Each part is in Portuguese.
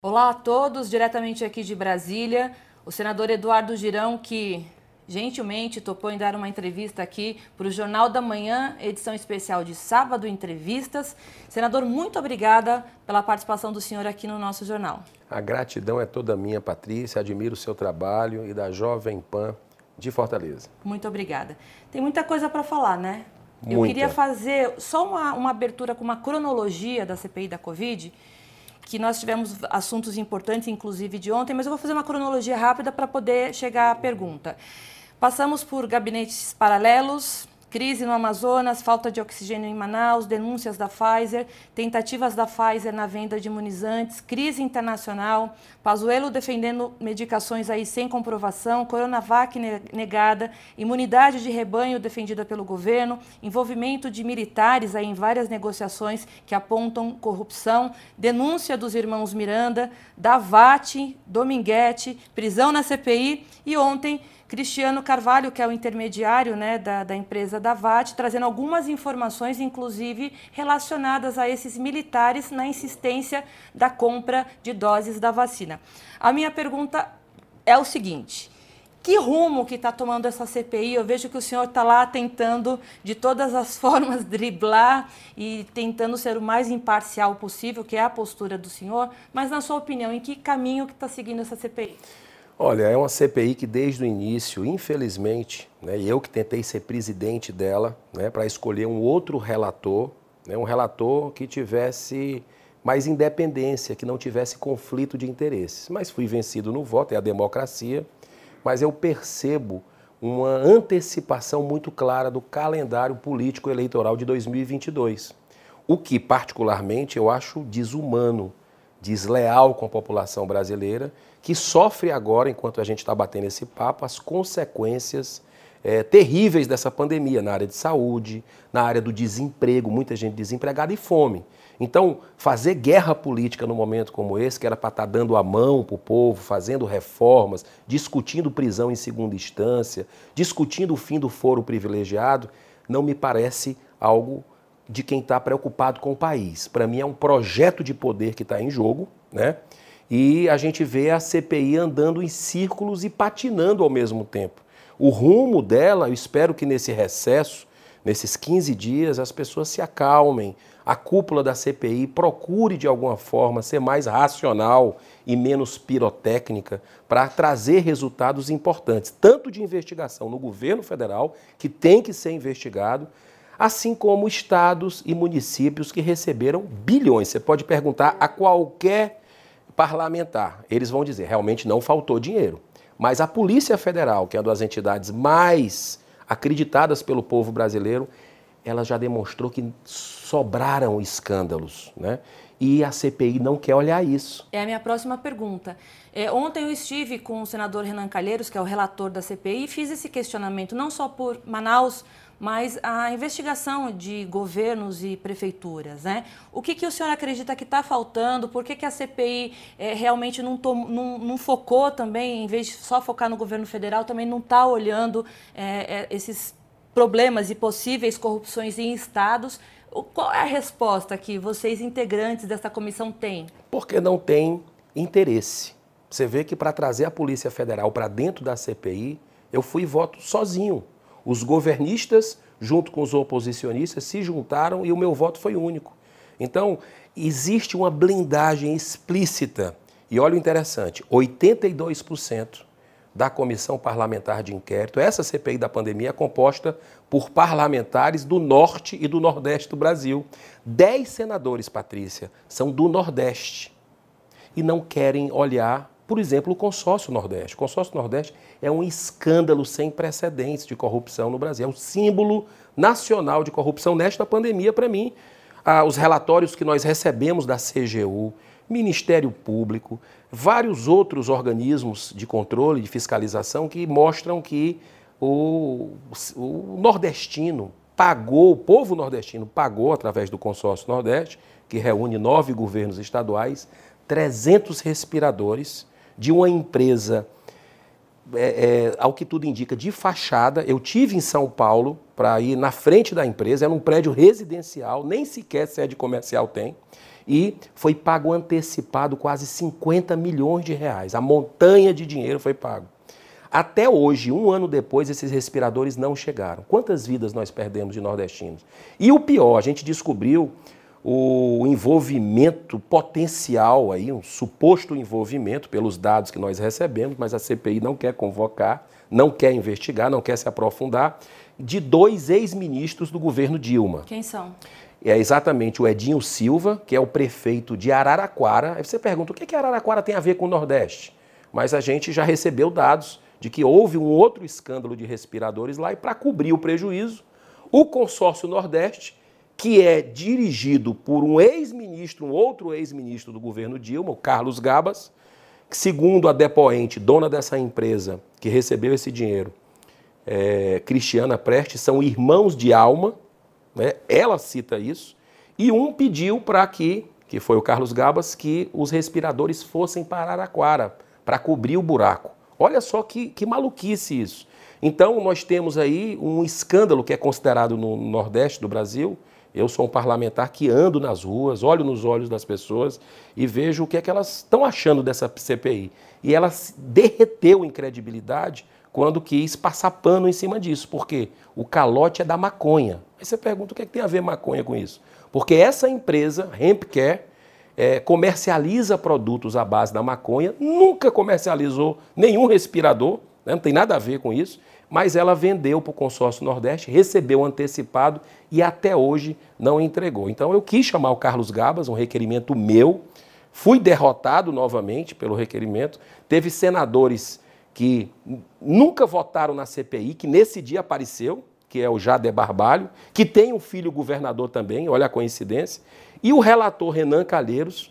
Olá a todos, diretamente aqui de Brasília, o senador Eduardo Girão, que gentilmente topou em dar uma entrevista aqui para o Jornal da Manhã, edição especial de sábado, entrevistas. Senador, muito obrigada pela participação do senhor aqui no nosso jornal. A gratidão é toda minha, Patrícia, admiro o seu trabalho e da Jovem Pan de Fortaleza. Muito obrigada. Tem muita coisa para falar, né? Muita. Eu queria fazer só uma abertura com uma cronologia da CPI da Covid, que nós tivemos assuntos importantes, inclusive de ontem, mas eu vou fazer uma cronologia rápida para poder chegar à pergunta. Passamos por gabinetes paralelos, crise no Amazonas, falta de oxigênio em Manaus, denúncias da Pfizer, tentativas da Pfizer na venda de imunizantes, crise internacional, Pazuello defendendo medicações aí sem comprovação, Coronavac negada, imunidade de rebanho defendida pelo governo, envolvimento de militares aí em várias negociações que apontam corrupção, denúncia dos irmãos Miranda, da VAT, Dominguete, prisão na CPI e ontem Cristiano Carvalho, que é o intermediário, né, da empresa da VAT, trazendo algumas informações, inclusive relacionadas a esses militares na insistência da compra de doses da vacina. A minha pergunta é o seguinte: que rumo que está tomando essa CPI? Eu vejo que o senhor está lá tentando, de todas as formas, driblar e tentando ser o mais imparcial possível, que é a postura do senhor, mas, na sua opinião, em que caminho que está seguindo essa CPI? Olha, é uma CPI que desde o início, infelizmente, né, e eu que tentei ser presidente dela, né, para escolher um outro relator, né, um relator que tivesse mais independência, que não tivesse conflito de interesses. Mas fui vencido no voto, é a democracia, mas eu percebo uma antecipação muito clara do calendário político eleitoral de 2022, o que particularmente eu acho desumano, desleal com a população brasileira, que sofre agora, enquanto a gente está batendo esse papo, as consequências terríveis dessa pandemia na área de saúde, na área do desemprego, muita gente desempregada e fome. Então, fazer guerra política num momento como esse, que era para estar dando a mão para o povo, fazendo reformas, discutindo prisão em segunda instância, discutindo o fim do foro privilegiado, não me parece algo de quem está preocupado com o país. Para mim é um projeto de poder que está em jogo, né? E a gente vê a CPI andando em círculos e patinando ao mesmo tempo. O rumo dela, eu espero que nesse recesso, nesses 15 dias, as pessoas se acalmem, a cúpula da CPI procure de alguma forma ser mais racional e menos pirotécnica para trazer resultados importantes, tanto de investigação no governo federal, que tem que ser investigado, assim como estados e municípios que receberam bilhões. Você pode perguntar a qualquer parlamentar, eles vão dizer, realmente não faltou dinheiro. Mas a Polícia Federal, que é uma das entidades mais acreditadas pelo povo brasileiro, ela já demonstrou que sobraram escândalos, né? E a CPI não quer olhar isso. É a minha próxima pergunta. Ontem eu estive com o senador Renan Calheiros, que é o relator da CPI, e fiz esse questionamento não só por Manaus, mas a investigação de governos e prefeituras, né? O que o senhor acredita que está faltando? Por que a CPI realmente não focou também, em vez de só focar no governo federal, também não está olhando esses problemas e possíveis corrupções em estados? Qual é a resposta que vocês, integrantes dessa comissão, têm? Porque não tem interesse. Você vê que para trazer a Polícia Federal para dentro da CPI, eu fui e voto sozinho. Os governistas, junto com os oposicionistas, se juntaram e o meu voto foi único. Então, existe uma blindagem explícita. E olha o interessante, 82% da Comissão Parlamentar de Inquérito, essa CPI da pandemia é composta por parlamentares do Norte e do Nordeste do Brasil. 10 senadores, Patrícia, são do Nordeste e não querem olhar, por exemplo, o Consórcio Nordeste. O Consórcio Nordeste é um escândalo sem precedentes de corrupção no Brasil. É um símbolo nacional de corrupção nesta pandemia, para mim. Os relatórios que nós recebemos da CGU, Ministério Público, vários outros organismos de controle, de fiscalização que mostram que o nordestino pagou, o povo nordestino pagou, através do Consórcio Nordeste, que reúne 9 governos estaduais, 300 respiradores de uma empresa ao que tudo indica, de fachada. Eu tive em São Paulo para ir na frente da empresa, era um prédio residencial, nem sequer sede comercial tem, e foi pago antecipado quase 50 milhões de reais. A montanha de dinheiro foi pago. Até hoje, um ano depois, esses respiradores não chegaram. Quantas vidas nós perdemos de nordestinos? E o pior, a gente descobriu o envolvimento potencial, aí, um suposto envolvimento pelos dados que nós recebemos, mas a CPI não quer convocar, não quer investigar, não quer se aprofundar, de 2 ex-ministros do governo Dilma. Quem são? É exatamente o Edinho Silva, que é o prefeito de Araraquara. Aí você pergunta, o que Araraquara tem a ver com o Nordeste? Mas a gente já recebeu dados de que houve um outro escândalo de respiradores lá, e para cobrir o prejuízo, o consórcio Nordeste, que é dirigido por um ex-ministro, um outro ex-ministro do governo Dilma, o Carlos Gabas, que, segundo a depoente, dona dessa empresa que recebeu esse dinheiro, Cristiana Prestes, são irmãos de alma, né? Ela cita isso, e um pediu para que foi o Carlos Gabas, que os respiradores fossem para Araraquara, para cobrir o buraco. Olha só que maluquice isso. Então, nós temos aí um escândalo que é considerado no Nordeste do Brasil. Eu sou um parlamentar que ando nas ruas, olho nos olhos das pessoas e vejo o que é que elas estão achando dessa CPI. E ela derreteu em credibilidade quando quis passar pano em cima disso, porque o calote é da maconha. Aí você pergunta o que é que tem a ver maconha com isso? Porque essa empresa, Hempcare, comercializa produtos à base da maconha, nunca comercializou nenhum respirador, né? Não tem nada a ver com isso, mas ela vendeu para o consórcio Nordeste, recebeu antecipado e até hoje não entregou. Então eu quis chamar o Carlos Gabas, um requerimento meu, fui derrotado novamente pelo requerimento, teve senadores que nunca votaram na CPI, que nesse dia apareceu, que é o Jader Barbalho, que tem um filho governador também, olha a coincidência, e o relator Renan Calheiros,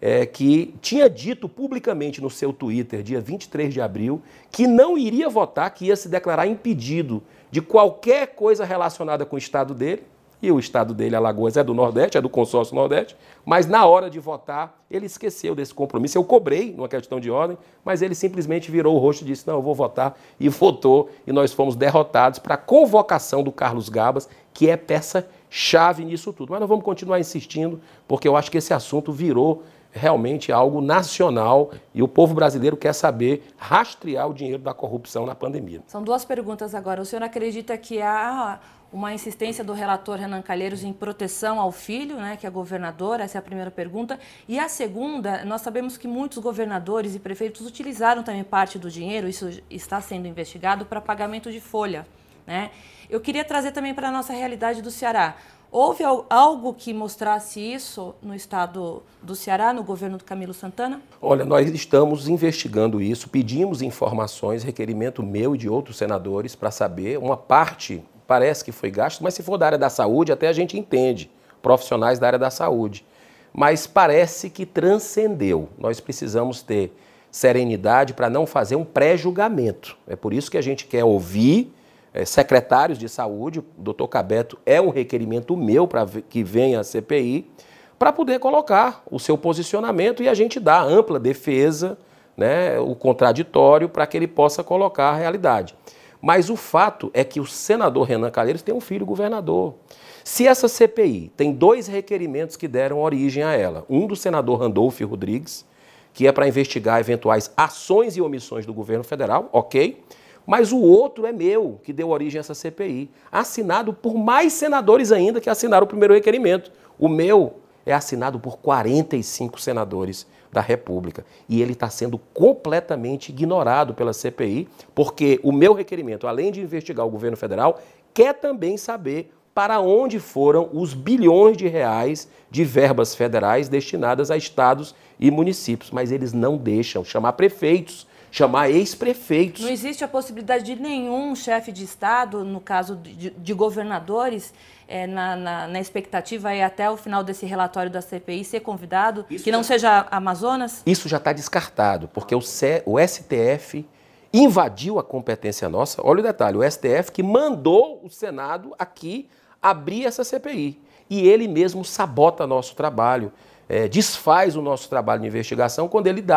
que tinha dito publicamente no seu Twitter, dia 23 de abril, que não iria votar, que ia se declarar impedido de qualquer coisa relacionada com o estado dele, e o estado dele, Alagoas, é do Nordeste, é do consórcio Nordeste, mas na hora de votar, ele esqueceu desse compromisso. Eu cobrei, numa questão de ordem, mas ele simplesmente virou o rosto e disse, não, eu vou votar, e votou, e nós fomos derrotados para a convocação do Carlos Gabas, que é peça-chave nisso tudo. Mas nós vamos continuar insistindo, porque eu acho que esse assunto virou realmente algo nacional e o povo brasileiro quer saber rastrear o dinheiro da corrupção na pandemia. São 2 perguntas agora. O senhor acredita que há uma insistência do relator Renan Calheiros em proteção ao filho, né, que é governador? Essa é a primeira pergunta. E a segunda, nós sabemos que muitos governadores e prefeitos utilizaram também parte do dinheiro, isso está sendo investigado, para pagamento de folha, né? Eu queria trazer também para a nossa realidade do Ceará. Houve algo que mostrasse isso no estado do Ceará, no governo do Camilo Santana? Olha, nós estamos investigando isso, pedimos informações, requerimento meu e de outros senadores para saber. Uma parte parece que foi gasto, mas se for da área da saúde, até a gente entende, profissionais da área da saúde. Mas parece que transcendeu. Nós precisamos ter serenidade para não fazer um pré-julgamento. É por isso que a gente quer ouvir secretários de saúde, o doutor Cabeto é um requerimento meu para que venha a CPI, para poder colocar o seu posicionamento e a gente dar ampla defesa, né, o contraditório, para que ele possa colocar a realidade. Mas o fato é que o senador Renan Calheiros tem um filho governador. Se essa CPI tem 2 requerimentos que deram origem a ela, um do senador Randolfo Rodrigues, que é para investigar eventuais ações e omissões do governo federal, ok? Mas o outro é meu, que deu origem a essa CPI, assinado por mais senadores ainda que assinaram o primeiro requerimento. O meu é assinado por 45 senadores da República. E ele está sendo completamente ignorado pela CPI, porque o meu requerimento, além de investigar o governo federal, quer também saber para onde foram os bilhões de reais de verbas federais destinadas a estados e municípios. Mas eles não deixam chamar prefeitos, chamar ex-prefeitos. Não existe a possibilidade de nenhum chefe de Estado, no caso de governadores, na expectativa aí até o final desse relatório da CPI, ser convidado, que não seja Amazonas? Isso já está descartado, porque o STF invadiu a competência nossa. Olha o detalhe, o STF que mandou o Senado aqui abrir essa CPI. E ele mesmo sabota nosso trabalho, desfaz o nosso trabalho de investigação quando ele dá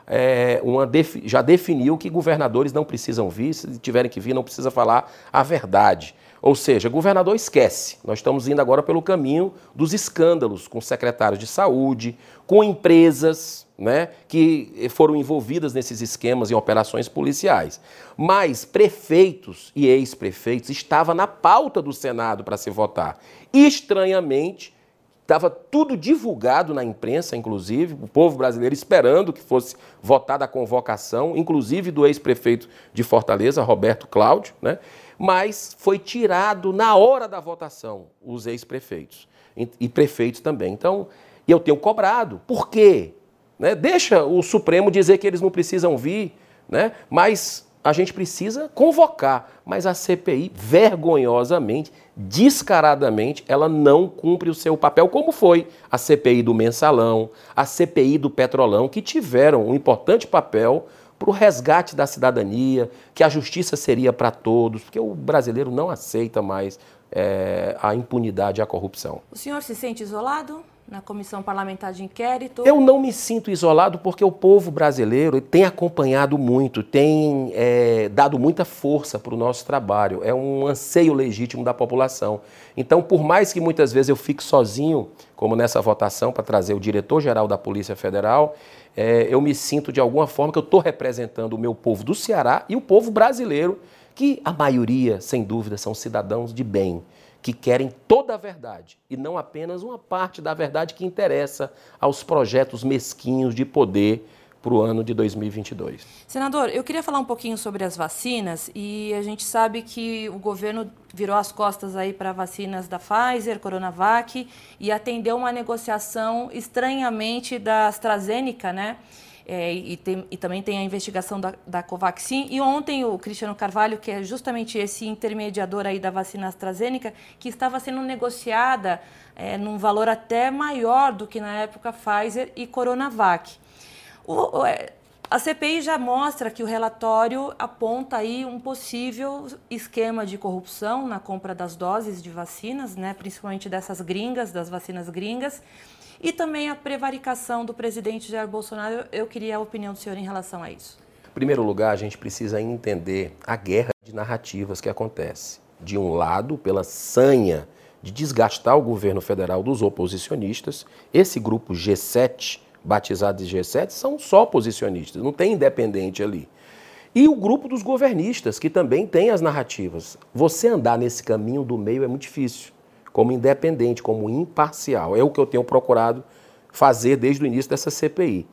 já definiu que governadores não precisam vir, se tiverem que vir não precisa falar a verdade. Ou seja, governador esquece. Nós estamos indo agora pelo caminho dos escândalos com secretários de saúde, com empresas, né, que foram envolvidas nesses esquemas em operações policiais. Mas prefeitos e ex-prefeitos estavam na pauta do Senado para se votar. Estranhamente, estava tudo divulgado na imprensa, inclusive, o povo brasileiro esperando que fosse votada a convocação, inclusive do ex-prefeito de Fortaleza, Roberto Cláudio, né? Mas foi tirado na hora da votação os ex-prefeitos e prefeitos também. Então, eu tenho cobrado. Por quê? Né? Deixa o Supremo dizer que eles não precisam vir, né? Mas a gente precisa convocar. Mas a CPI, vergonhosamente, descaradamente, ela não cumpre o seu papel, como foi a CPI do Mensalão, a CPI do Petrolão, que tiveram um importante papel para o resgate da cidadania, que a justiça seria para todos, porque o brasileiro não aceita mais a impunidade e a corrupção. O senhor se sente isolado na Comissão Parlamentar de Inquérito? Eu não me sinto isolado porque o povo brasileiro tem acompanhado muito, tem dado muita força para o nosso trabalho. É um anseio legítimo da população. Então, por mais que muitas vezes eu fique sozinho, como nessa votação para trazer o diretor-geral da Polícia Federal, eu me sinto de alguma forma que eu estou representando o meu povo do Ceará e o povo brasileiro, que a maioria, sem dúvida, são cidadãos de bem, que querem toda a verdade e não apenas uma parte da verdade que interessa aos projetos mesquinhos de poder para o ano de 2022. Senador, eu queria falar um pouquinho sobre as vacinas e a gente sabe que o governo virou as costas aí para vacinas da Pfizer, Coronavac e atendeu uma negociação estranhamente da AstraZeneca, né? E também tem a investigação da Covaxin. E ontem o Cristiano Carvalho, que é justamente esse intermediador aí da vacina AstraZeneca, que estava sendo negociada num valor até maior do que na época Pfizer e Coronavac. A CPI já mostra que o relatório aponta aí um possível esquema de corrupção na compra das doses de vacinas, né, principalmente dessas gringas, das vacinas gringas, e também a prevaricação do presidente Jair Bolsonaro. Eu queria a opinião do senhor em relação a isso. Em primeiro lugar, a gente precisa entender a guerra de narrativas que acontece. De um lado, pela sanha de desgastar o governo federal dos oposicionistas, esse grupo G7, batizado de G7, são só oposicionistas, não tem independente ali. E o grupo dos governistas, que também tem as narrativas. Você andar nesse caminho do meio é muito difícil, como independente, como imparcial. É o que eu tenho procurado fazer desde o início dessa CPI.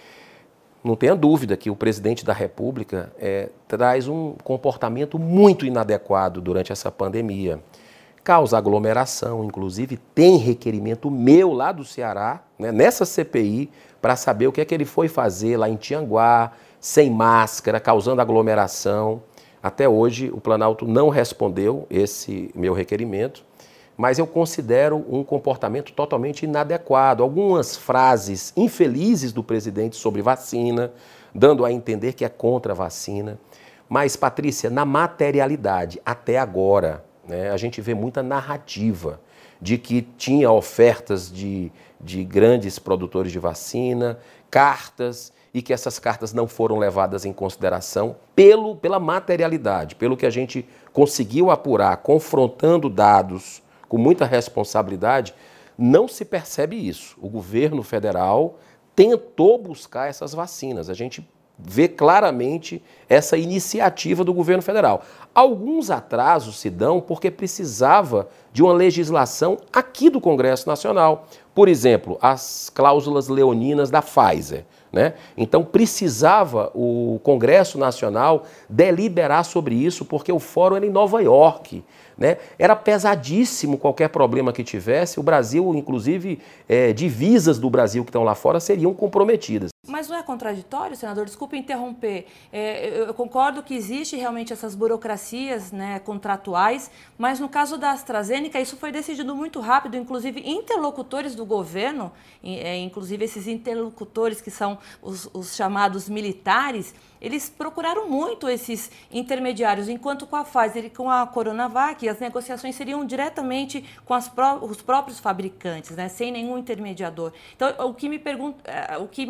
Não tenha dúvida que o presidente da República traz um comportamento muito inadequado durante essa pandemia. Causa aglomeração, inclusive tem requerimento meu lá do Ceará, né, nessa CPI, para saber o que é que ele foi fazer lá em Tianguá, sem máscara, causando aglomeração. Até hoje o Planalto não respondeu esse meu requerimento, mas eu considero um comportamento totalmente inadequado. Algumas frases infelizes do presidente sobre vacina, dando a entender que é contra a vacina. Mas, Patrícia, na materialidade, até agora, a gente vê muita narrativa de que tinha ofertas de grandes produtores de vacina, cartas, e que essas cartas não foram levadas em consideração pela materialidade, pelo que a gente conseguiu apurar, confrontando dados com muita responsabilidade, não se percebe isso. O governo federal tentou buscar essas vacinas. A gente vê claramente essa iniciativa do governo federal. Alguns atrasos se dão porque precisava de uma legislação aqui do Congresso Nacional. Por exemplo, as cláusulas leoninas da Pfizer, né? Então precisava o Congresso Nacional deliberar sobre isso porque o fórum era em Nova York, né? Era pesadíssimo qualquer problema que tivesse. O Brasil, inclusive, divisas do Brasil que estão lá fora seriam comprometidas. Mas não é contraditório, senador? Desculpe interromper. Eu concordo que existe realmente essas burocracias, né, contratuais, mas no caso da AstraZeneca isso foi decidido muito rápido, inclusive interlocutores do governo, inclusive esses interlocutores que são os chamados militares, eles procuraram muito esses intermediários, enquanto com a Pfizer e com a Coronavac as negociações seriam diretamente com os próprios fabricantes, né, sem nenhum intermediador. Então, o que me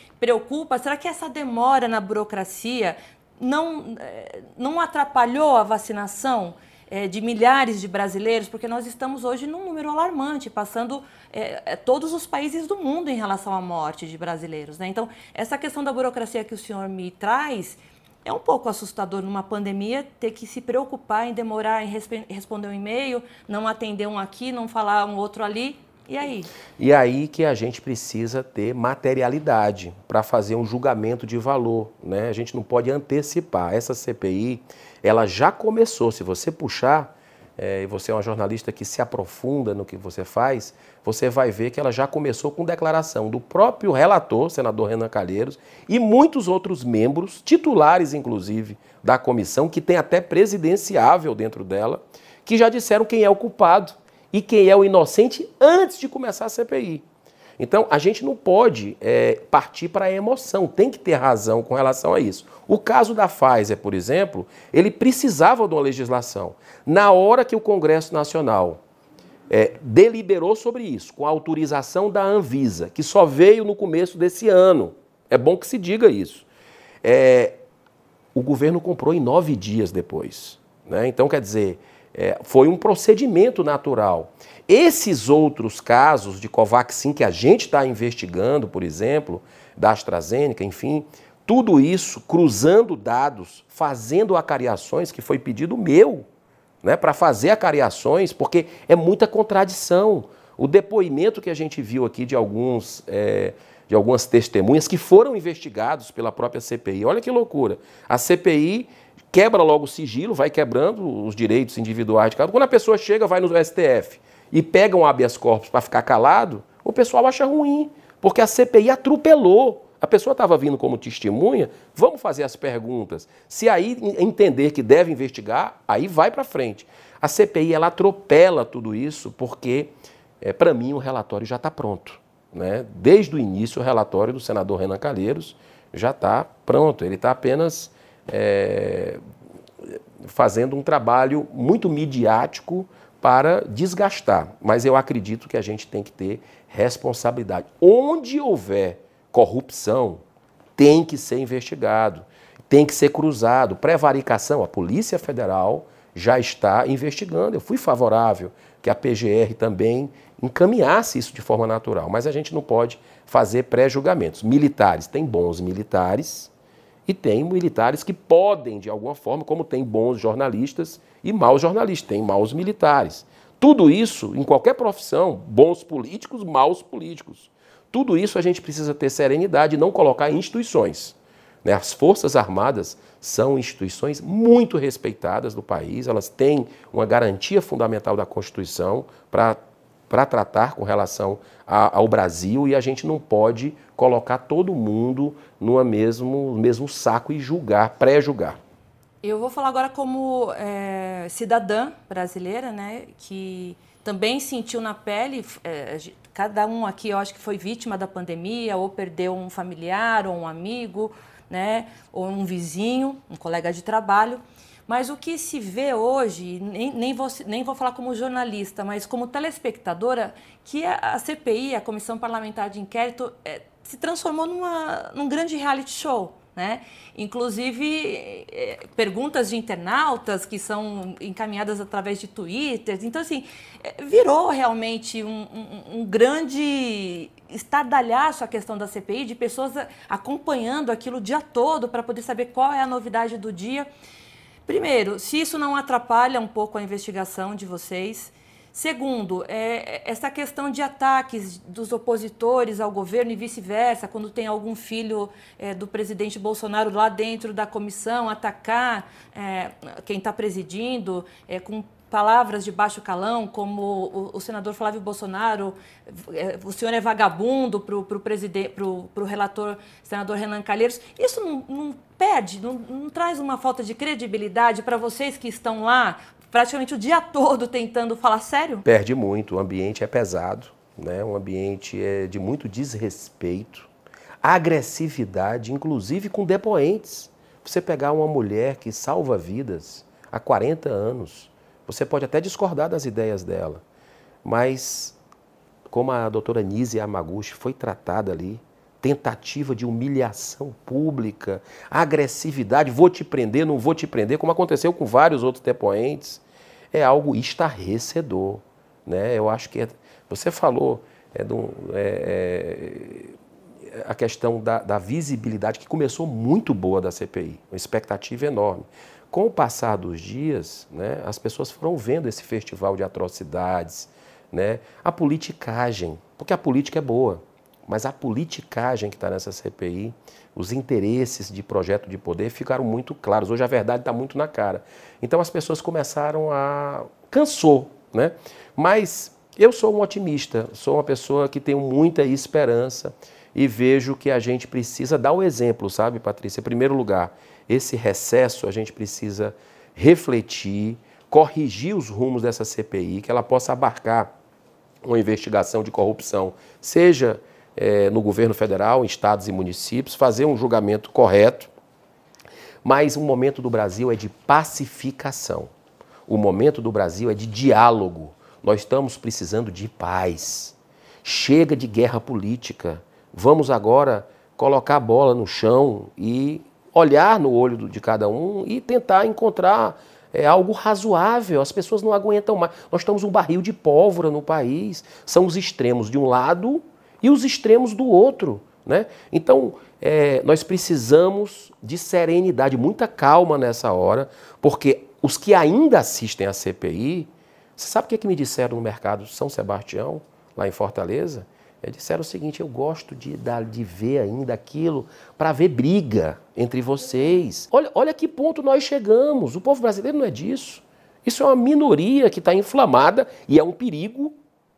preocupa, será que essa demora na burocracia não atrapalhou a vacinação de milhares de brasileiros? Porque nós estamos hoje num número alarmante, passando todos os países do mundo em relação à morte de brasileiros, né? Então, essa questão da burocracia que o senhor me traz é um pouco assustador numa pandemia, ter que se preocupar em demorar em responder um e-mail, não atender um aqui, não falar um outro ali. E aí? E aí que a gente precisa ter materialidade para fazer um julgamento de valor, né? A gente não pode antecipar. Essa CPI, ela já começou. Se você puxar, e você é uma jornalista que se aprofunda no que você faz, você vai ver que ela já começou com declaração do próprio relator, senador Renan Calheiros, e muitos outros membros, titulares inclusive, da comissão, que tem até presidenciável dentro dela, que já disseram quem é o culpado e quem é o inocente antes de começar a CPI. Então, a gente não pode partir para a emoção, tem que ter razão com relação a isso. O caso da Pfizer, por exemplo, ele precisava de uma legislação. Na hora que o Congresso Nacional deliberou sobre isso, com a autorização da Anvisa, que só veio no começo desse ano, é bom que se diga isso, o governo comprou em 9 dias depois, né? Então, quer dizer, foi um procedimento natural. Esses outros casos de Covaxin que a gente está investigando, por exemplo, da AstraZeneca, enfim, tudo isso cruzando dados, fazendo acariações, que foi pedido meu, né, para fazer acariações, porque é muita contradição. O depoimento que a gente viu aqui de algumas testemunhas que foram investigados pela própria CPI. Olha que loucura. A CPI quebra logo o sigilo, vai quebrando os direitos individuais de cada um. Quando a pessoa chega, vai no STF e pega um habeas corpus para ficar calado, o pessoal acha ruim, porque a CPI atropelou. A pessoa estava vindo como testemunha, vamos fazer as perguntas. Se aí entender que deve investigar, aí vai para frente. A CPI, ela atropela tudo isso, porque, para mim, o relatório já está pronto, né? Desde o início, o relatório do senador Renan Calheiros já está pronto. Ele está apenas fazendo um trabalho muito midiático para desgastar. Mas eu acredito que a gente tem que ter responsabilidade. Onde houver corrupção, tem que ser investigado, tem que ser cruzado. Prevaricação, a Polícia Federal já está investigando. Eu fui favorável que a PGR também encaminhasse isso de forma natural, mas a gente não pode fazer pré-julgamentos. Militares, tem bons militares e tem militares que podem, de alguma forma, como tem bons jornalistas e maus jornalistas, tem maus militares. Tudo isso, em qualquer profissão, bons políticos, maus políticos. Tudo isso a gente precisa ter serenidade e não colocar em instituições, né? As Forças Armadas são instituições muito respeitadas do país, elas têm uma garantia fundamental da Constituição para tratar com relação ao Brasil, e a gente não pode colocar todo mundo no mesmo saco e julgar, pré-julgar. Eu vou falar agora como cidadã brasileira, né, que também sentiu na pele, cada um aqui eu acho que foi vítima da pandemia, ou perdeu um familiar, ou um amigo, né, ou um vizinho, um colega de trabalho. Mas o que se vê hoje, nem vou falar como jornalista, mas como telespectadora, que a CPI, a Comissão Parlamentar de Inquérito, se transformou num grande reality show, né? Inclusive, perguntas de internautas que são encaminhadas através de Twitter. Então, assim, virou realmente um grande estardalhaço a questão da CPI, de pessoas acompanhando aquilo o dia todo para poder saber qual é a novidade do dia. Primeiro, se isso não atrapalha um pouco a investigação de vocês. Segundo, essa questão de ataques dos opositores ao governo e vice-versa, quando tem algum filho do presidente Bolsonaro lá dentro da comissão, atacar quem está presidindo com palavras de baixo calão, como o senador Flávio Bolsonaro, o senhor é vagabundo para o relator, senador Renan Calheiros. Isso não perde, não traz uma falta de credibilidade para vocês que estão lá praticamente o dia todo tentando falar sério? Perde muito, o ambiente é pesado, né? Um ambiente de muito desrespeito, agressividade, inclusive com depoentes. Você pegar uma mulher que salva vidas há 40 anos, você pode até discordar das ideias dela, mas como a doutora Nise Yamaguchi foi tratada ali, tentativa de humilhação pública, agressividade, vou te prender, não vou te prender, como aconteceu com vários outros depoentes, é algo estarrecedor, né? Eu acho que você falou a questão da visibilidade, que começou muito boa da CPI, uma expectativa enorme. Com o passar dos dias, né, as pessoas foram vendo esse festival de atrocidades, né, a politicagem, porque a política é boa, mas a politicagem que está nessa CPI, os interesses de projeto de poder ficaram muito claros. Hoje a verdade está muito na cara. Então as pessoas começaram cansou, né? Mas eu sou um otimista, sou uma pessoa que tenho muita esperança e vejo que a gente precisa dar o exemplo, sabe, Patrícia? Em primeiro lugar, esse recesso a gente precisa refletir, corrigir os rumos dessa CPI, que ela possa abarcar uma investigação de corrupção, seja no governo federal, em estados e municípios, fazer um julgamento correto. Mas o momento do Brasil é de pacificação. O momento do Brasil é de diálogo. Nós estamos precisando de paz. Chega de guerra política. Vamos agora colocar a bola no chão e olhar no olho de cada um e tentar encontrar algo razoável. As pessoas não aguentam mais. Nós estamos um barril de pólvora no país. São os extremos de um lado e os extremos do outro, né? Então, nós precisamos de serenidade, muita calma nessa hora, porque os que ainda assistem à CPI, você sabe o que me disseram no mercado São Sebastião, lá em Fortaleza? Disseram o seguinte: eu gosto de ver ainda aquilo para ver briga entre vocês. Olha que ponto nós chegamos. O povo brasileiro não é disso. Isso é uma minoria que está inflamada e é um perigo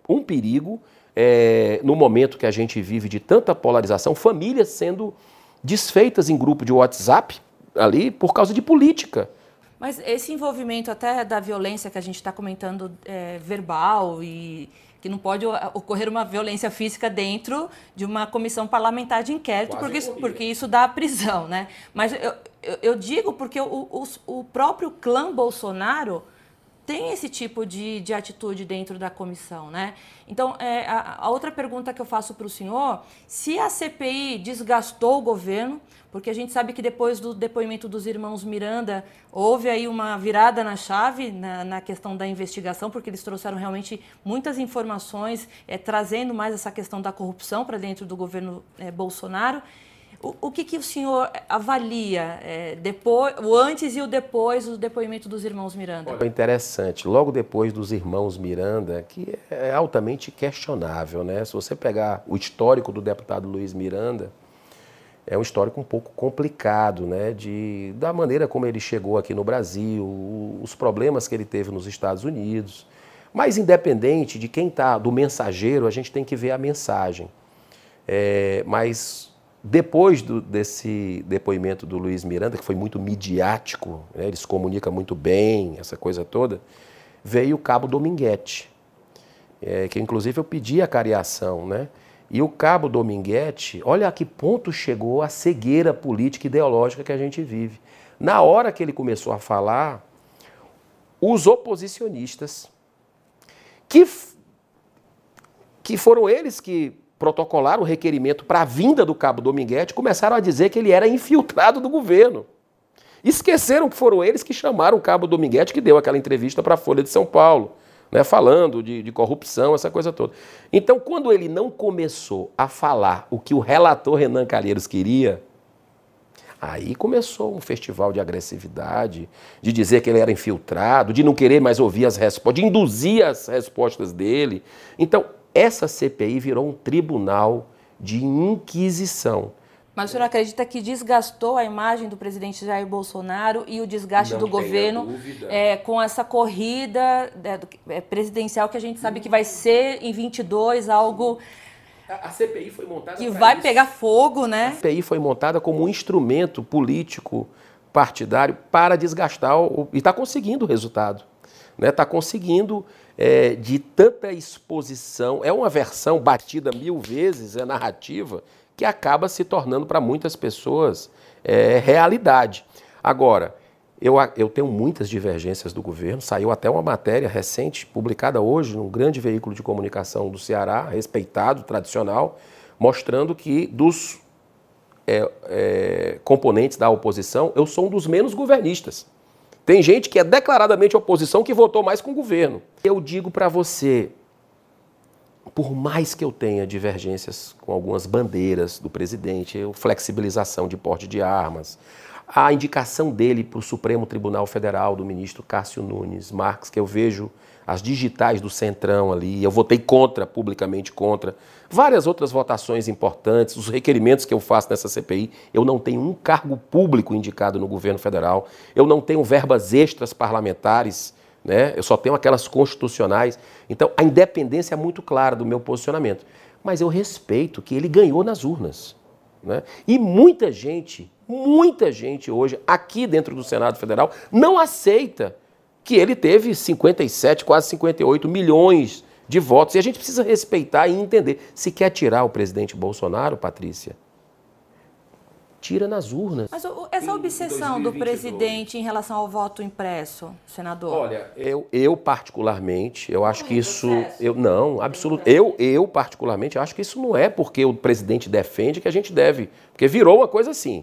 no momento que a gente vive de tanta polarização, famílias sendo desfeitas em grupo de WhatsApp ali por causa de política. Mas esse envolvimento até da violência que a gente está comentando verbal e que não pode ocorrer uma violência física dentro de uma comissão parlamentar de inquérito, porque isso dá prisão, né? Mas eu digo porque o próprio clã Bolsonaro tem esse tipo de atitude dentro da comissão, né? Então, a outra pergunta que eu faço para o senhor, se a CPI desgastou o governo, porque a gente sabe que depois do depoimento dos irmãos Miranda, houve aí uma virada na chave na questão da investigação, porque eles trouxeram realmente muitas informações, trazendo mais essa questão da corrupção para dentro do governo Bolsonaro. O que o senhor avalia o antes e o depois do depoimento dos irmãos Miranda? É interessante. Logo depois dos irmãos Miranda, que é altamente questionável, né? Se você pegar o histórico do deputado Luiz Miranda, é um histórico um pouco complicado, né? Da maneira como ele chegou aqui no Brasil, os problemas que ele teve nos Estados Unidos. Mas independente de quem está, do mensageiro, a gente tem que ver a mensagem. Mas depois desse depoimento do Luiz Miranda, que foi muito midiático, né, ele se comunica muito bem, essa coisa toda, veio o cabo Dominguete, que inclusive eu pedi a cariação, né? E o cabo Dominguete, olha a que ponto chegou a cegueira política e ideológica que a gente vive. Na hora que ele começou a falar, os oposicionistas, que foram eles que protocolaram o requerimento para a vinda do cabo Dominguete, começaram a dizer que ele era infiltrado do governo. Esqueceram que foram eles que chamaram o cabo Dominguete, que deu aquela entrevista para a Folha de São Paulo, né, falando de corrupção, essa coisa toda. Então, quando ele não começou a falar o que o relator Renan Calheiros queria, aí começou um festival de agressividade, de dizer que ele era infiltrado, de não querer mais ouvir as respostas, de induzir as respostas dele. Então, essa CPI virou um tribunal de inquisição. Mas o senhor acredita que desgastou a imagem do presidente Jair Bolsonaro e o desgaste do governo com essa corrida presidencial que a gente sabe que vai ser em 22 algo... A CPI foi montada que vai pegar fogo, né? A CPI foi montada como um instrumento político partidário para desgastar e está conseguindo o resultado. Está conseguindo, de tanta exposição, é uma versão batida 1000 vezes, é narrativa, que acaba se tornando para muitas pessoas realidade. Agora, eu tenho muitas divergências do governo, saiu até uma matéria recente, publicada hoje, num grande veículo de comunicação do Ceará, respeitado, tradicional, mostrando que dos componentes da oposição, eu sou um dos menos governistas. Tem gente que é declaradamente oposição que votou mais com o governo. Eu digo para você, por mais que eu tenha divergências com algumas bandeiras do presidente, flexibilização de porte de armas, a indicação dele para o Supremo Tribunal Federal, do ministro Cássio Nunes Marques, que eu vejo as digitais do Centrão ali, eu votei contra, publicamente contra, várias outras votações importantes, os requerimentos que eu faço nessa CPI, eu não tenho um cargo público indicado no governo federal, eu não tenho verbas extras parlamentares, né? Eu só tenho aquelas constitucionais. Então, a independência é muito clara do meu posicionamento. Mas eu respeito que ele ganhou nas urnas, né? E muita gente hoje, aqui dentro do Senado Federal, não aceita que ele teve 57, quase 58 milhões de votos. E a gente precisa respeitar e entender. Se quer tirar o presidente Bolsonaro, Patrícia, tira nas urnas. Mas essa obsessão do presidente em relação ao voto impresso, senador? Olha, eu particularmente, eu acho que isso... Eu particularmente acho que isso não é porque o presidente defende que a gente deve. Porque virou uma coisa assim.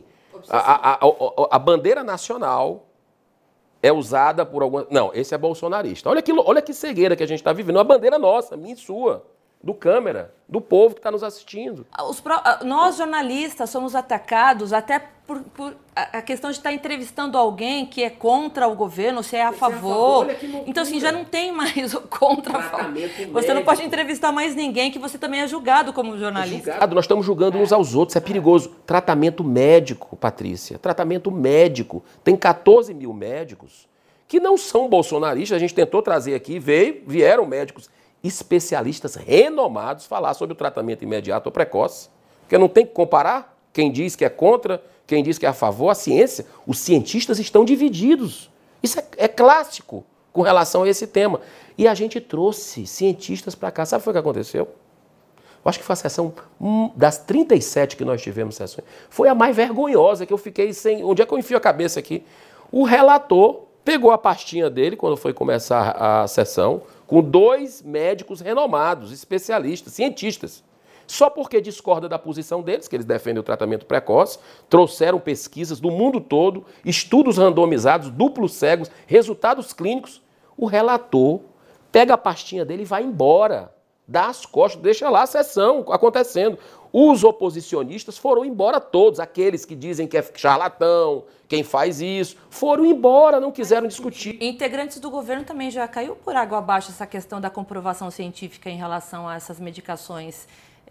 A bandeira nacional é usada por alguma... Não, esse é bolsonarista. Olha que cegueira que a gente está vivendo. Uma bandeira nossa, minha e sua. Do Câmara, do povo que está nos assistindo. Nós, jornalistas, somos atacados até por a questão de estar entrevistando alguém que é contra o governo, se é a favor. Então, assim, já não tem mais o contra a favor. Você não pode entrevistar mais ninguém, que você também é julgado como jornalista. Nós estamos julgando uns aos outros, é perigoso. Tratamento médico, Patrícia, tratamento médico. Tem 14 mil médicos que não são bolsonaristas. A gente tentou trazer aqui, vieram médicos especialistas renomados falar sobre o tratamento imediato ou precoce, porque não tem que comparar quem diz que é contra, quem diz que é a favor. A ciência, os cientistas estão divididos. Isso é clássico com relação a esse tema. E a gente trouxe cientistas para cá. Sabe o que aconteceu? Eu acho que foi a sessão das 37 que nós tivemos sessões, foi a mais vergonhosa, que eu fiquei sem... Onde é que eu enfio a cabeça aqui? O relator pegou a pastinha dele, quando foi começar a sessão, com 2 médicos renomados, especialistas, cientistas. Só porque discorda da posição deles, que eles defendem o tratamento precoce, trouxeram pesquisas do mundo todo, estudos randomizados, duplos cegos, resultados clínicos. O relator pega a pastinha dele e vai embora, dá as costas, deixa lá a sessão acontecendo. Os oposicionistas foram embora todos, aqueles que dizem que é charlatão, quem faz isso, foram embora, não quiseram discutir. Integrantes do governo também já caiu por água abaixo essa questão da comprovação científica em relação a essas medicações,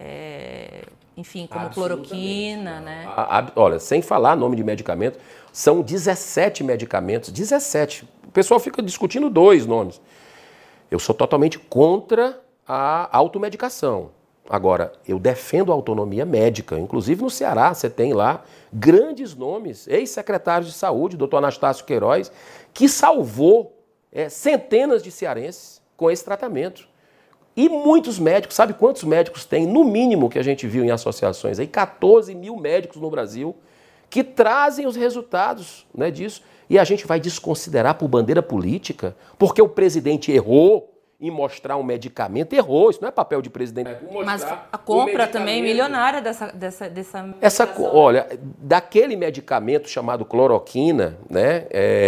enfim, como cloroquina, né? Olha, sem falar nome de medicamento, são 17 medicamentos, 17. O pessoal fica discutindo 2 nomes. Eu sou totalmente contra a automedicação. Agora, eu defendo a autonomia médica. Inclusive no Ceará, você tem lá grandes nomes, ex-secretários de saúde, doutor Anastácio Queiroz, que salvou centenas de cearenses com esse tratamento. E muitos médicos, sabe quantos médicos tem? No mínimo que a gente viu em associações, aí 14 mil médicos no Brasil, que trazem os resultados, né, disso. E a gente vai desconsiderar por bandeira política, porque o presidente errou em mostrar um medicamento, errou, isso não é papel de presidente. Mas a compra também milionária dessa olha, daquele medicamento chamado cloroquina, né,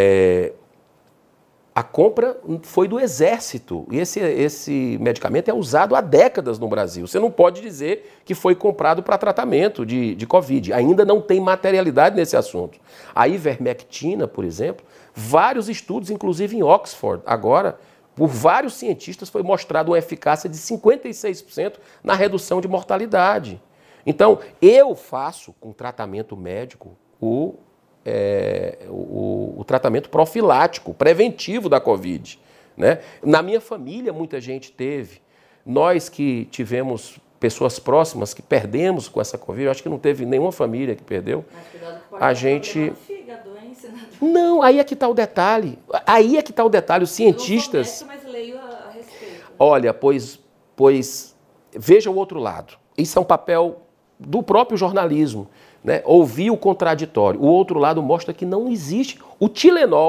a compra foi do Exército, e esse medicamento é usado há décadas no Brasil. Você não pode dizer que foi comprado para tratamento de Covid, ainda não tem materialidade nesse assunto. A ivermectina, por exemplo, vários estudos, inclusive em Oxford, agora, por vários cientistas, foi mostrado uma eficácia de 56% na redução de mortalidade. Então, eu faço com tratamento médico o tratamento profilático, preventivo da Covid, né? Na minha família, muita gente teve. Nós que tivemos pessoas próximas que perdemos com essa Covid, eu acho que não teve nenhuma família que perdeu. Mas cuidado que a gente... senador. Não, aí é que está o detalhe. Aí é que está o detalhe. Os cientistas... Eu não sou médico, mas leio a respeito. Olha, pois veja o outro lado. Isso é um papel do próprio jornalismo, né? Ouvir o contraditório. O outro lado mostra que não existe. O Tilenol,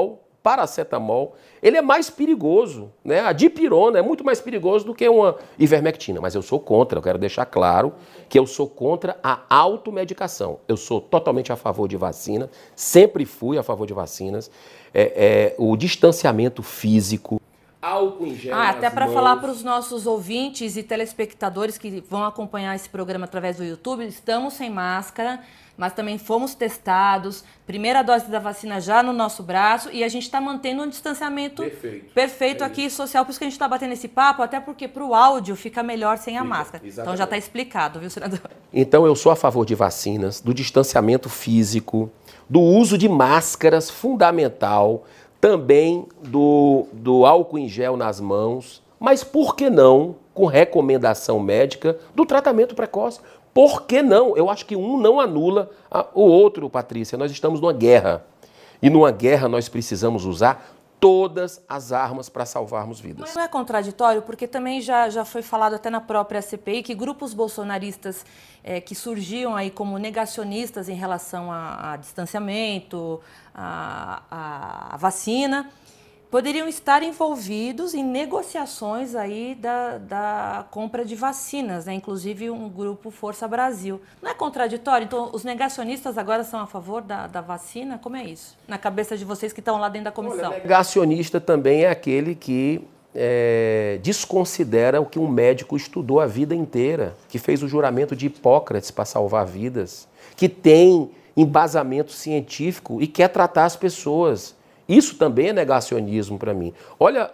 paracetamol, ele é mais perigoso, né? A dipirona é muito mais perigoso do que uma ivermectina, mas eu sou contra, eu quero deixar claro que eu sou contra a automedicação. Eu sou totalmente a favor de vacina, sempre fui a favor de vacinas. O distanciamento físico, álcool em gel nas até para mãos. falar para os nossos ouvintes e telespectadores que vão acompanhar esse programa através do YouTube, estamos sem máscara, mas também fomos testados, primeira dose da vacina já no nosso braço e a gente está mantendo um distanciamento perfeito aqui social, por isso que a gente está batendo esse papo, até porque para o áudio fica melhor sem a máscara. Exatamente. Então já está explicado, viu, senador? Então eu sou a favor de vacinas, do distanciamento físico, do uso de máscaras, fundamental, também do álcool em gel nas mãos, mas por que não, com recomendação médica, do tratamento precoce? Por que não? Eu acho que um não anula o outro, Patrícia. Nós estamos numa guerra. E numa guerra nós precisamos usar todas as armas para salvarmos vidas. Mas não é contraditório, porque também já foi falado até na própria CPI que grupos bolsonaristas que surgiam aí como negacionistas em relação a distanciamento, a vacina, poderiam estar envolvidos em negociações aí da compra de vacinas, né? Inclusive um grupo Força Brasil. Não é contraditório? Então, os negacionistas agora são a favor da vacina? Como é isso? Na cabeça de vocês que estão lá dentro da comissão. Olha, negacionista também é aquele que desconsidera o que um médico estudou a vida inteira, que fez o juramento de Hipócrates para salvar vidas, que tem embasamento científico e quer tratar as pessoas. Isso também é negacionismo para mim. Olha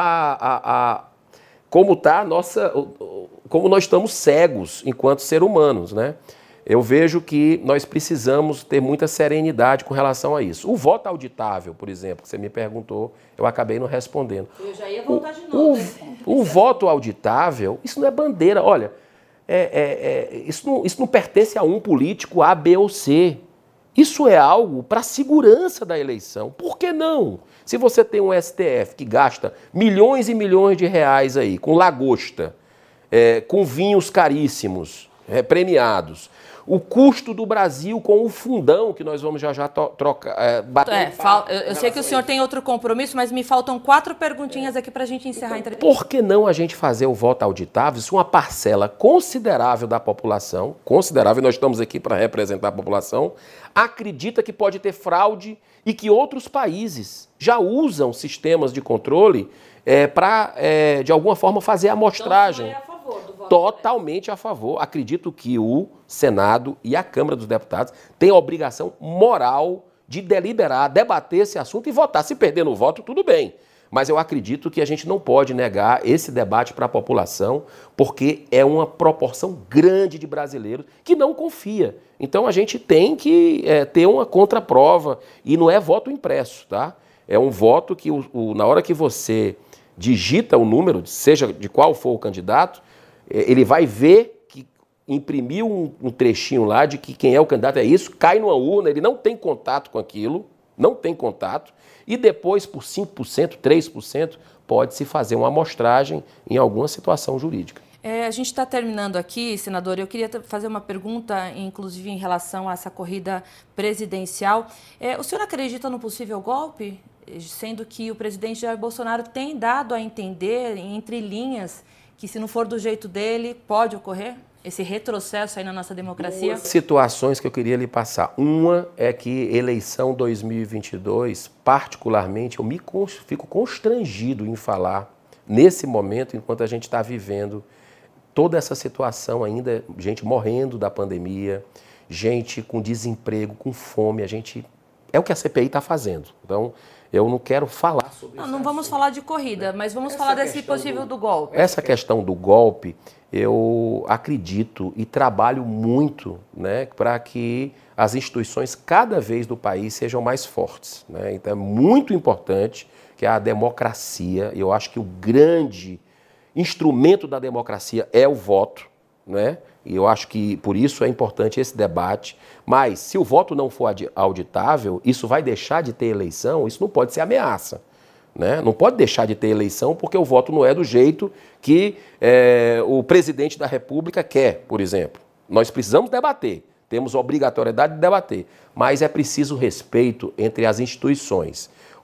como tá como nós estamos cegos enquanto seres humanos, né? Eu vejo que nós precisamos ter muita serenidade com relação a isso. O voto auditável, por exemplo, que você me perguntou, eu acabei não respondendo. Eu já ia voltar de novo. O voto auditável, isso não é bandeira. Olha, isso não pertence a um político A, B ou C. Isso é algo para a segurança da eleição. Por que não? Se você tem um STF que gasta milhões e milhões de reais aí, com lagosta, com vinhos caríssimos, premiados, o custo do Brasil com o fundão, que nós vamos já trocar, bater. Eu sei que o senhor tem outro compromisso, mas me faltam 4 perguntinhas aqui para a gente encerrar a entrevista. Por que não a gente fazer o voto auditável se uma parcela considerável da população, considerável, nós estamos aqui para representar a população, acredita que pode ter fraude e que outros países já usam sistemas de controle para, de alguma forma, fazer a amostragem. Então, você é a favor do voto? Totalmente a favor. Acredito que o Senado e a Câmara dos Deputados têm a obrigação moral de deliberar, debater esse assunto e votar. Se perder no voto, tudo bem. Mas eu acredito que a gente não pode negar esse debate para a população, porque é uma proporção grande de brasileiros que não confia. Então a gente tem que ter uma contraprova e não é voto impresso, tá? É um voto que na hora que você digita o número, seja de qual for o candidato, ele vai ver que imprimiu um trechinho lá de que quem é o candidato é isso, cai numa urna, ele não tem contato com aquilo, não tem contato, e depois por 5%, 3%, pode-se fazer uma amostragem em alguma situação jurídica. A gente está terminando aqui, senador, eu queria fazer uma pergunta, inclusive em relação a essa corrida presidencial. O senhor acredita no possível golpe, sendo que o presidente Jair Bolsonaro tem dado a entender, entre linhas, que se não for do jeito dele, pode ocorrer esse retrocesso aí na nossa democracia? 2 situações que eu queria lhe passar. Uma é que eleição 2022, particularmente, fico constrangido em falar nesse momento, enquanto a gente está vivendo toda essa situação ainda, gente morrendo da pandemia, gente com desemprego, com fome, é o que a CPI está fazendo. Então, eu não quero falar sobre isso. Não vamos falar de corrida, mas vamos falar desse possível do golpe. Essa questão do golpe, eu acredito e trabalho muito, né, para que as instituições cada vez do país sejam mais fortes, né? Então é muito importante que a democracia, eu acho que o grande instrumento da democracia é o voto, né? E eu acho que por isso é importante esse debate. Mas se o voto não for auditável, isso vai deixar de ter eleição? Isso não pode ser ameaça, né? Não pode deixar de ter eleição porque o voto não é do jeito que o presidente da República quer, por exemplo. Nós precisamos debater, temos a obrigatoriedade de debater, mas é preciso respeito entre as instituições.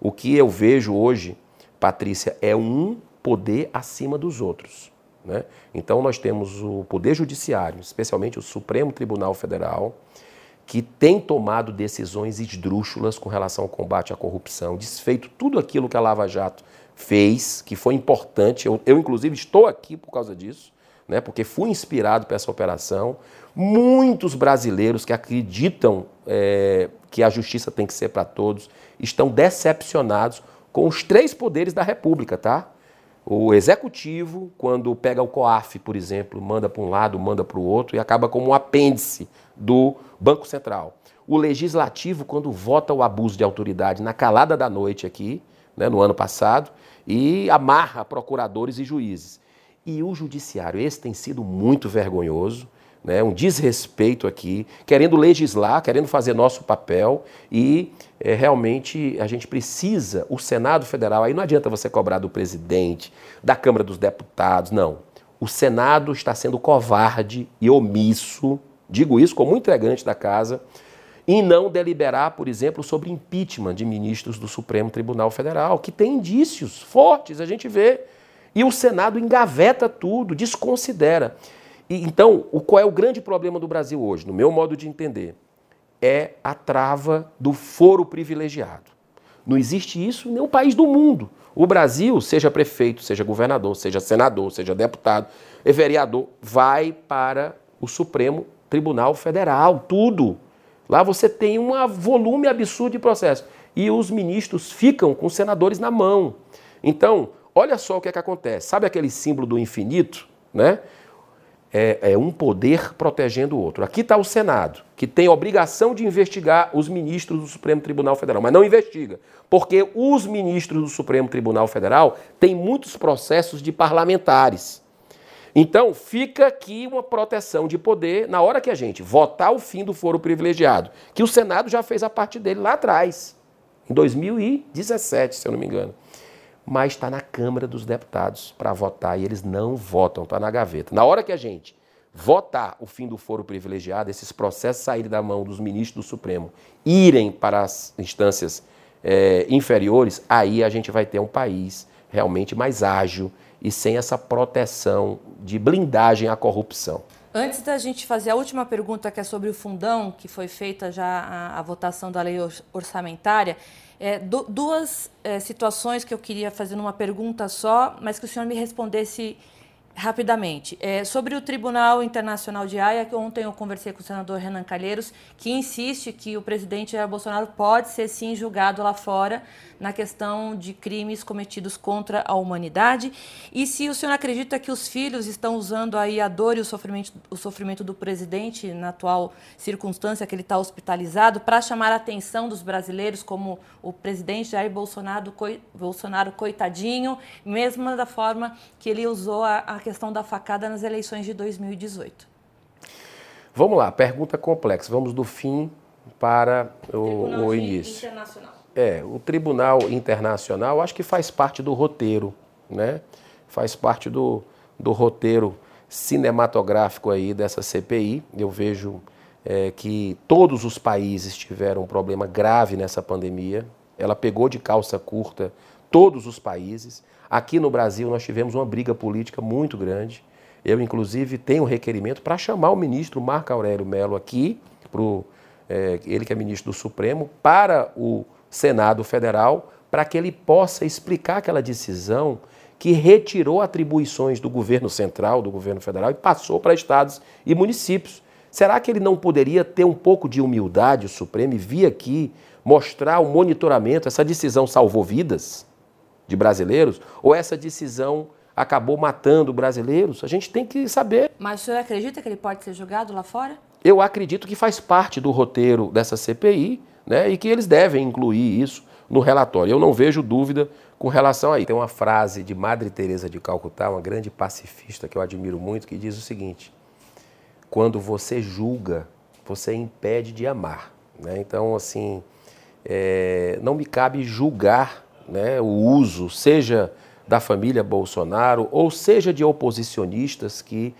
O que eu vejo hoje, Patrícia, é um poder acima dos outros, né? Então nós temos o Poder Judiciário, especialmente o Supremo Tribunal Federal, que tem tomado decisões esdrúxulas com relação ao combate à corrupção, desfeito tudo aquilo que a Lava Jato fez, que foi importante. Eu inclusive, estou aqui por causa disso, né? Porque fui inspirado por essa operação. Muitos brasileiros que acreditam que a justiça tem que ser para todos estão decepcionados com os 3 poderes da República, tá? O Executivo, quando pega o COAF, por exemplo, manda para um lado, manda para o outro e acaba como um apêndice do Banco Central. O Legislativo, quando vota o abuso de autoridade na calada da noite aqui, né, no ano passado, e amarra procuradores e juízes. E o Judiciário, esse tem sido muito vergonhoso, né, um desrespeito aqui, querendo legislar, querendo fazer nosso papel e realmente a gente precisa, o Senado Federal, aí não adianta você cobrar do presidente, da Câmara dos Deputados, não. O Senado está sendo covarde e omisso, digo isso como integrante da casa, em não deliberar, por exemplo, sobre impeachment de ministros do Supremo Tribunal Federal, que tem indícios fortes, a gente vê. E o Senado engaveta tudo, desconsidera. Então, qual é o grande problema do Brasil hoje, no meu modo de entender? É a trava do foro privilegiado. Não existe isso em nenhum país do mundo. O Brasil, seja prefeito, seja governador, seja senador, seja deputado, vereador, vai para o Supremo Tribunal Federal, tudo. Lá você tem um volume absurdo de processo. E os ministros ficam com os senadores na mão. Então, olha só o que é que acontece. Sabe aquele símbolo do infinito, né? É um poder protegendo o outro. Aqui está o Senado, que tem a obrigação de investigar os ministros do Supremo Tribunal Federal, mas não investiga, porque os ministros do Supremo Tribunal Federal têm muitos processos de parlamentares. Então, fica aqui uma proteção de poder na hora que a gente votar o fim do foro privilegiado, que o Senado já fez a parte dele lá atrás, em 2017, se eu não me engano. Mas está na Câmara dos Deputados para votar e eles não votam, está na gaveta. Na hora que a gente votar o fim do foro privilegiado, esses processos saírem da mão dos ministros do Supremo, irem para as instâncias inferiores, aí a gente vai ter um país realmente mais ágil e sem essa proteção de blindagem à corrupção. Antes da gente fazer a última pergunta, que é sobre o fundão, que foi feita já a votação da lei orçamentária, duas situações que eu queria fazer numa pergunta só, mas que o senhor me respondesse rapidamente. Sobre o Tribunal Internacional de Haia, que ontem eu conversei com o senador Renan Calheiros, que insiste que o presidente Jair Bolsonaro pode ser sim julgado lá fora na questão de crimes cometidos contra a humanidade. E se o senhor acredita que os filhos estão usando aí a dor e o sofrimento do presidente na atual circunstância que ele está hospitalizado para chamar a atenção dos brasileiros, como o presidente Jair Bolsonaro, coitadinho, mesmo da forma que ele usou a questão da facada nas eleições de 2018. Vamos lá, pergunta complexa. Vamos do fim para o início. Internacional. O Tribunal Internacional acho que faz parte do roteiro, né? Faz parte do roteiro cinematográfico aí dessa CPI. Eu vejo que todos os países tiveram um problema grave nessa pandemia. Ela pegou de calça curta todos os países. Aqui no Brasil nós tivemos uma briga política muito grande. Eu, inclusive, tenho um requerimento para chamar o ministro Marco Aurélio Mello aqui, ele que é ministro do Supremo, para o Senado Federal, para que ele possa explicar aquela decisão que retirou atribuições do governo central, do governo federal, e passou para estados e municípios. Será que ele não poderia ter um pouco de humildade, o Supremo, e vir aqui mostrar o monitoramento? Essa decisão salvou vidas de brasileiros? Ou essa decisão acabou matando brasileiros? A gente tem que saber. Mas o senhor acredita que ele pode ser julgado lá fora? Eu acredito que faz parte do roteiro dessa CPI, né, e que eles devem incluir isso no relatório. Eu não vejo dúvida com relação a isso. Tem uma frase de Madre Teresa de Calcutá, uma grande pacifista que eu admiro muito, que diz o seguinte: quando você julga, você impede de amar, né? Então, assim, não me cabe julgar, né, o uso, seja da família Bolsonaro ou seja de oposicionistas que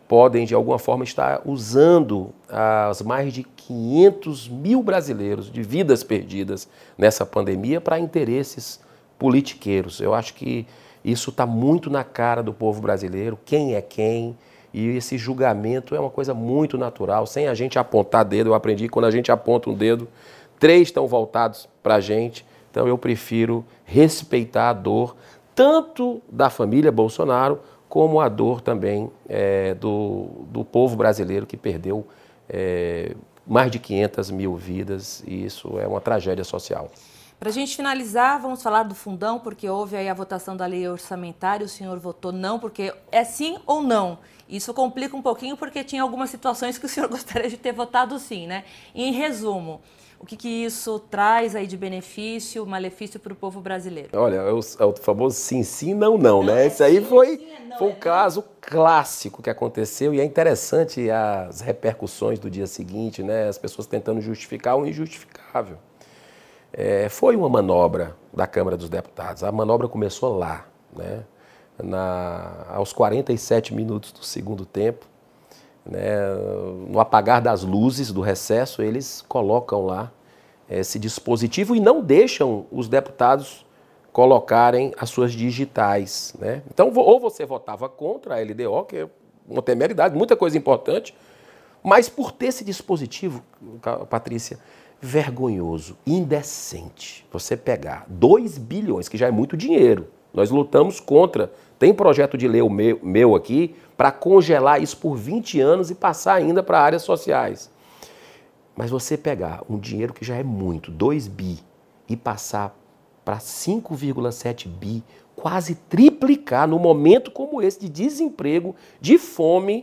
podem, de alguma forma, estar usando as mais de 500 mil brasileiros de vidas perdidas nessa pandemia para interesses politiqueiros. Eu acho que isso está muito na cara do povo brasileiro, quem é quem, e esse julgamento é uma coisa muito natural, sem a gente apontar dedo. Eu aprendi que quando a gente aponta um dedo, 3 estão voltados para a gente. Então eu prefiro respeitar a dor, tanto da família Bolsonaro, como a dor também do povo brasileiro que perdeu mais de 500 mil vidas, e isso é uma tragédia social. Para a gente finalizar, vamos falar do fundão, porque houve aí a votação da lei orçamentária, o senhor votou não, porque é sim ou não. Isso complica um pouquinho, porque tinha algumas situações que o senhor gostaria de ter votado sim, né? Em resumo, o que isso traz aí de benefício, malefício para o povo brasileiro? Olha, é o famoso sim, sim, não, não, né? Esse aí foi o caso clássico que aconteceu, e é interessante as repercussões do dia seguinte, né? As pessoas tentando justificar o injustificável. Foi uma manobra da Câmara dos Deputados. A manobra começou lá, né? Aos 47 minutos do segundo tempo, né? No apagar das luzes do recesso, eles colocam lá esse dispositivo e não deixam os deputados colocarem as suas digitais, né? Então, ou você votava contra a LDO, que é uma temeridade, muita coisa importante, mas por ter esse dispositivo, Patrícia, vergonhoso, indecente, você pegar 2 bilhões, que já é muito dinheiro, nós lutamos contra, tem projeto de lei meu aqui, para congelar isso por 20 anos e passar ainda para áreas sociais. Mas você pegar um dinheiro que já é muito, 2 bi, e passar para 5,7 bi, quase triplicar num momento como esse de desemprego, de fome,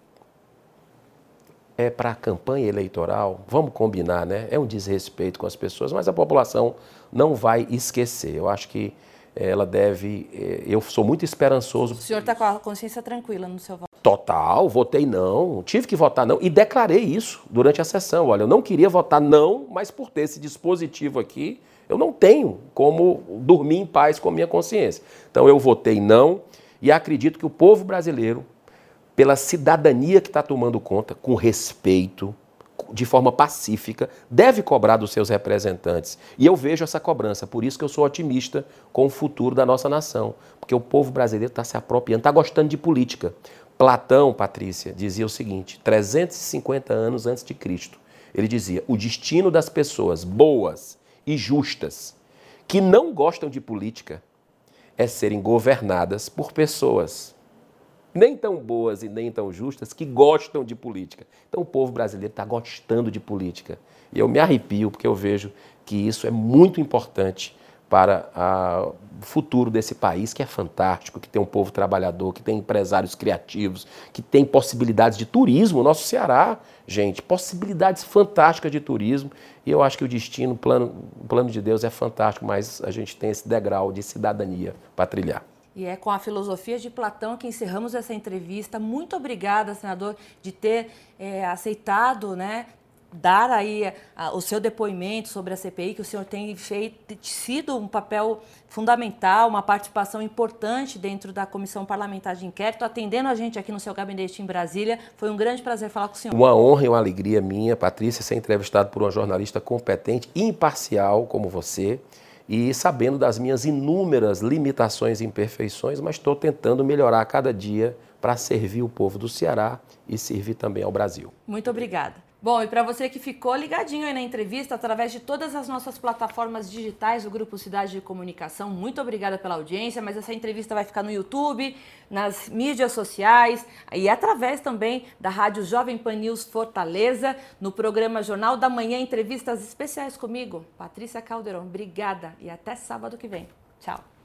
para a campanha eleitoral, vamos combinar, né? É um desrespeito com as pessoas, mas a população não vai esquecer. Eu acho que ela deve... Eu sou muito esperançoso. O senhor está com a consciência tranquila no seu voto? Total, votei não, tive que votar não e declarei isso durante a sessão. Olha, eu não queria votar não, mas por ter esse dispositivo aqui, eu não tenho como dormir em paz com a minha consciência. Então eu votei não e acredito que o povo brasileiro, pela cidadania que está tomando conta, com respeito, de forma pacífica, deve cobrar dos seus representantes. E eu vejo essa cobrança, por isso que eu sou otimista com o futuro da nossa nação. Porque o povo brasileiro está se apropriando, está gostando de política. Platão, Patrícia, dizia o seguinte, 350 anos antes de Cristo, ele dizia, o destino das pessoas boas e justas, que não gostam de política, é serem governadas por pessoas nem tão boas e nem tão justas, que gostam de política. Então o povo brasileiro está gostando de política. E eu me arrepio porque eu vejo que isso é muito importante para o futuro desse país, que é fantástico, que tem um povo trabalhador, que tem empresários criativos, que tem possibilidades de turismo. O nosso Ceará, gente, possibilidades fantásticas de turismo. E eu acho que o destino, o plano de Deus é fantástico, mas a gente tem esse degrau de cidadania para trilhar. E é com a filosofia de Platão que encerramos essa entrevista. Muito obrigada, senador, de ter aceitado, né, dar aí o seu depoimento sobre a CPI, que o senhor tem sido um papel fundamental, uma participação importante dentro da Comissão Parlamentar de Inquérito, atendendo a gente aqui no seu gabinete em Brasília. Foi um grande prazer falar com o senhor. Uma honra e uma alegria minha, Patrícia, ser entrevistado por uma jornalista competente e imparcial como você, e sabendo das minhas inúmeras limitações e imperfeições, mas estou tentando melhorar a cada dia para servir o povo do Ceará e servir também ao Brasil. Muito obrigada. Bom, e para você que ficou ligadinho aí na entrevista, através de todas as nossas plataformas digitais do Grupo Cidade de Comunicação, muito obrigada pela audiência, mas essa entrevista vai ficar no YouTube, nas mídias sociais e através também da Rádio Jovem Pan News Fortaleza, no programa Jornal da Manhã, entrevistas especiais comigo, Patrícia Calderon. Obrigada e até sábado que vem. Tchau.